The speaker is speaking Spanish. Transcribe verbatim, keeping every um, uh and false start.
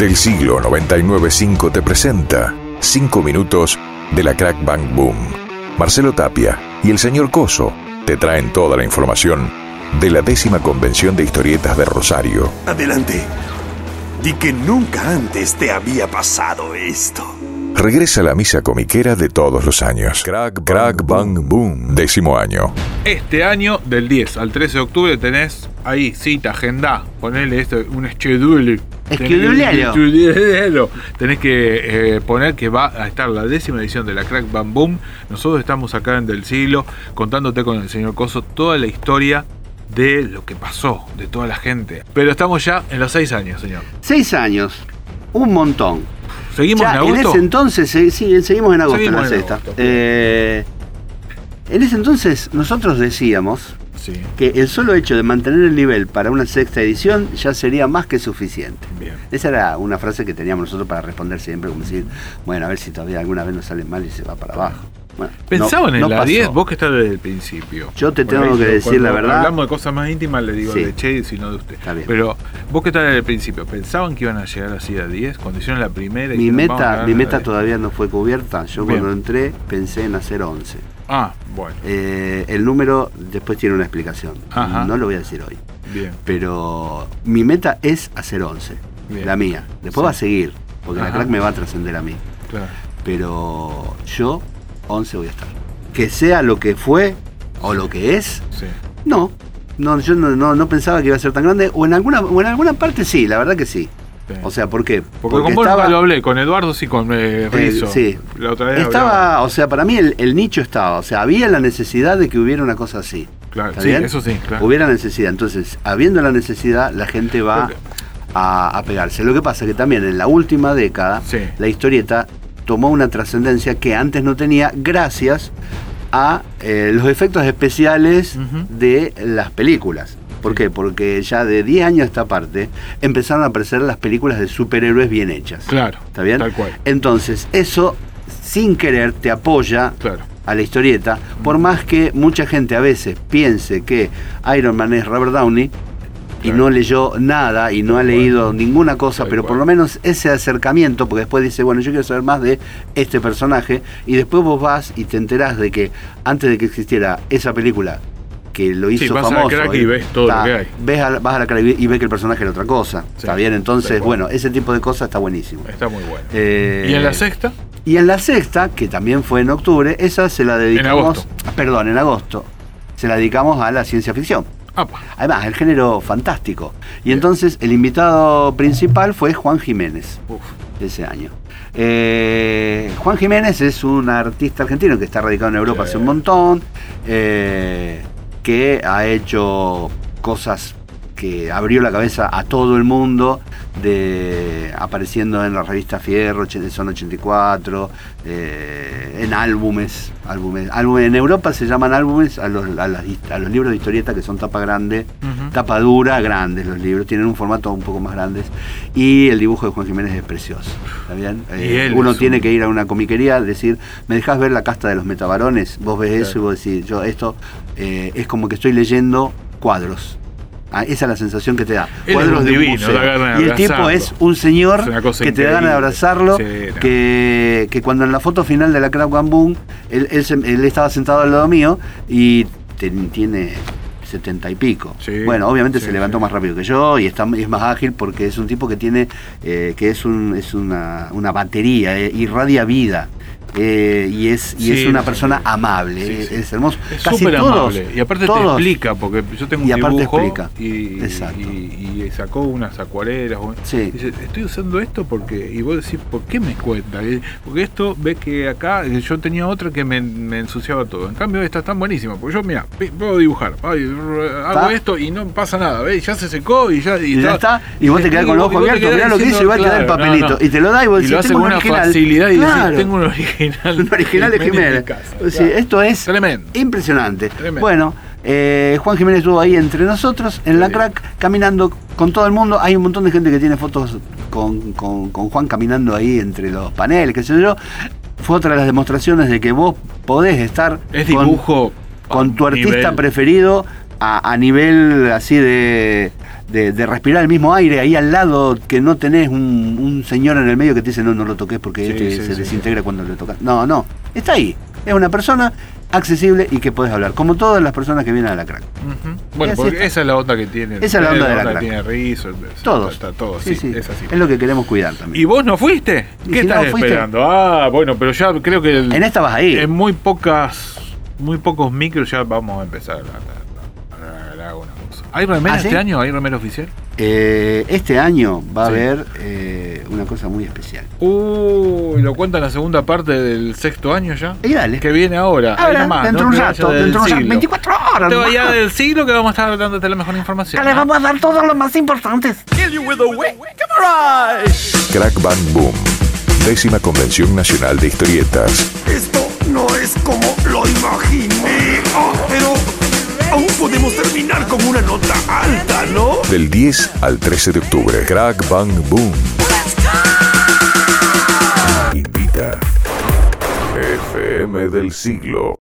Del Siglo noventa y nueve punto cinco te presenta cinco minutos de la Crack Bang Boom. Marcelo Tapia y el señor Coso te traen toda la información de la décima convención de historietas de Rosario. Adelante. Di que nunca antes te había pasado esto. Regresa la misa comiquera de todos los años. Crack, Crack Bang Boom, décimo año. Este año, del diez al trece de octubre, tenés ahí cita, agenda. Ponele esto, un schedule. Schedulero. Tenés que eh, poner que va a estar la décima edición de la Crack Bang Boom. Nosotros estamos acá en Del Siglo contándote con el señor Coso toda la historia de lo que pasó, de toda la gente. Pero estamos ya en los seis años, señor. Seis años, un montón. ¿Seguimos ya, en agosto? En ese entonces, sí, sí seguimos en agosto, seguimos en la en sexta. agosto. Eh, en ese entonces nosotros decíamos sí. que el solo hecho de mantener el nivel para una sexta edición ya sería más que suficiente. Bien. Esa era una frase que teníamos nosotros para responder siempre, como decir, bueno, a ver si todavía alguna vez nos sale mal y se va para abajo. Bueno, ¿pensaban no, en no la pasó. diez? Vos que estás desde el principio. Yo te Por tengo ahí, que decir cuando la verdad. Hablamos de cosas más íntimas, le digo Sí. de Che, sino de usted. Está bien. Pero vos que estás desde el principio, ¿pensaban que iban a llegar así a diez? Cuando hicieron la primera. y Mi dijeron, "Vamos a meta, ganar mi la meta diez". todavía no fue cubierta. Yo Bien. cuando entré pensé en hacer once. Ah, bueno. Eh, el número después tiene una explicación. Ajá. No lo voy a decir hoy. Bien. Pero mi meta es hacer once. Bien. La mía. Después Sí. va a seguir. Porque Ajá. la Crack me va a trascender a mí. Claro. Pero yo once voy a estar. Que sea lo que fue o lo que es, Sí. no. No, yo no, no, no pensaba que iba a ser tan grande. O en alguna, o en alguna parte sí, la verdad que sí. Sí. O sea, ¿por qué? Porque, con vos nunca lo hablé, con Eduardo sí, con eh, Rizzo. Eh, sí. La otra vez Estaba, hablaba. o sea, para mí el, el nicho estaba. O sea, había la necesidad de que hubiera una cosa así. Claro, ¿Está sí, bien? eso sí, claro. Hubiera necesidad. Entonces, habiendo la necesidad, la gente va Porque- a, a pegarse. Lo que pasa es que también en la última década, Sí. la historieta tomó una trascendencia que antes no tenía gracias a eh, los efectos especiales Ujú. de las películas. ¿Por qué? Porque ya de diez años a esta parte empezaron a aparecer las películas de superhéroes bien hechas. Claro. ¿Está bien? Tal cual. Entonces, eso, sin querer, te apoya Claro. a la historieta, por más que mucha gente a veces piense que Iron Man es Robert Downey y Claro. no leyó nada y no ha leído ninguna cosa, Tal pero cual. por lo menos ese acercamiento, porque después dice, bueno, yo quiero saber más de este personaje, y después vos vas y te enterás de que antes de que existiera esa película que lo hizo Sí, vas a la famoso, Crack y eh, ves todo lo que hay. Ves a la- vas a la Crack y ves que el personaje era otra cosa. Sí, ¿Está bien? tal Entonces, cual. bueno, ese tipo de cosas está buenísimo. Está muy bueno. Eh, ¿Y en la sexta? y en la sexta, que también fue en octubre, esa se la dedicamos. agosto. Perdón, en agosto. Se la dedicamos a la ciencia ficción. Apa. Además, el género fantástico. Y entonces el invitado principal fue Juan Jiménez Uf. ese año. Eh, Juan Jiménez es un artista argentino que está radicado en Europa Sí. hace un montón, eh, que ha hecho cosas que abrió la cabeza a todo el mundo, de apareciendo en la revista Fierro, Son ochenta y cuatro, eh, en álbumes, álbumes, álbumes. En Europa se llaman álbumes a los, a las- a los libros de historieta que son tapa grande, Ujú. tapa dura, grandes los libros, tienen un formato un poco más grandes, y el dibujo de Juan Jiménez es precioso, ¿está bien? Y Eh, él uno es tiene un- que ir a una comiquería, decir, ¿me dejás ver la casta de los metabarones? Vos ves eso y vos decís, yo esto eh, es como que estoy leyendo cuadros. Ah, esa es la sensación que te da. Él Cuadros es un de un divino, museo. da ganas de Y el tipo abrazarlo. es un señor Es una cosa que te da ganas de increíble. abrazarlo, Sí, no. que, que cuando en la foto final de la Crack Bang Boom, él, él, se- él estaba sentado al lado mío y te- tiene setenta y pico. Sí, bueno, obviamente sí, se levantó sí. más rápido que yo y está, es más ágil porque es un tipo que tiene, eh, que es, un, es una, una batería, eh, irradia vida. Eh, y es y Sí, es una sí, persona sí. amable, Sí, es, sí. es hermoso. Es Casi súper todos, amable. Y aparte todos, te explica, porque yo tengo un Y aparte dibujo explica. y, Exacto. y, y sacó unas acuarelas. o- Sí. Dice, estoy usando esto porque. Y vos decís, ¿por qué me cuenta? Y- Porque esto, ves que acá eh, yo tenía otra que me, me ensuciaba todo. En cambio, esta es tan buenísima. Porque yo, mira, puedo dibujar. Ay, hago ¿Está? esto y no pasa nada. ¿Ves? Ya se secó y ya. Y ya está, y vos te quedás con los ojos y vos te abiertos, quedás mirá lo que hizo y va a diciendo, quedar el claro, papelito. no, no. Y te lo da y vos Y decís, lo hace tengo con un una original. facilidad y Claro. decís, tengo un original. Un original de en mi Jiménez. casa, Sí, claro. esto es Tremendo. impresionante. Tremendo. Bueno, eh, Juan Jiménez estuvo ahí entre nosotros, en la Sí. Crack, caminando con todo el mundo. Hay un montón de gente que tiene fotos con, con, con Juan caminando ahí entre los paneles, qué sé yo. Fue otra de las demostraciones de que vos podés estar Es con, dibujo. a con un tu artista nivel. preferido a, a nivel así de, de, de respirar el mismo aire, ahí al lado, que no tenés un, un señor en el medio que te dice no, no lo toques porque Sí, este sí, se sí. desintegra cuando le tocas. No, no, está ahí. Es una persona accesible y que podés hablar, como todas las personas que vienen a la crack. Ujú. Bueno, así porque está. esa es la onda que tiene. Esa es la onda de la crack. Tiene Rizzo, Todos. Está, todo, Sí, sí, sí. es así. Es lo que queremos cuidar también. ¿Y vos no fuiste? Y ¿Qué si no estás fuiste- esperando? Ah, bueno, pero ya creo que el- En esta vas a ir. en muy pocas, muy pocos micros ya vamos a empezar a, a- a regalar alguna cosa. ¿Hay remera ¿Ah, sí? este año? ¿Hay remera oficial? Eh, este año va a Sí. haber eh, una cosa muy especial. Uy, lo cuenta en la segunda parte del sexto año ya. Y dale. Que viene ahora. Ahí Ahora, nomás, dentro no de un te rato, vayas del dentro de un rato, siglo. veinticuatro horas. No te nomás. vayas del siglo que vamos a estar dándote la mejor información. Que les vamos a dar todo lo más importante. Crack Bang Boom. Décima Convención Nacional de Historietas. Esto no es como lo imaginé. Oh, pero aún podemos terminar con una nota alta, ¿no? Del diez al trece de octubre. Crack Bang Boom. Invita. F M del siglo.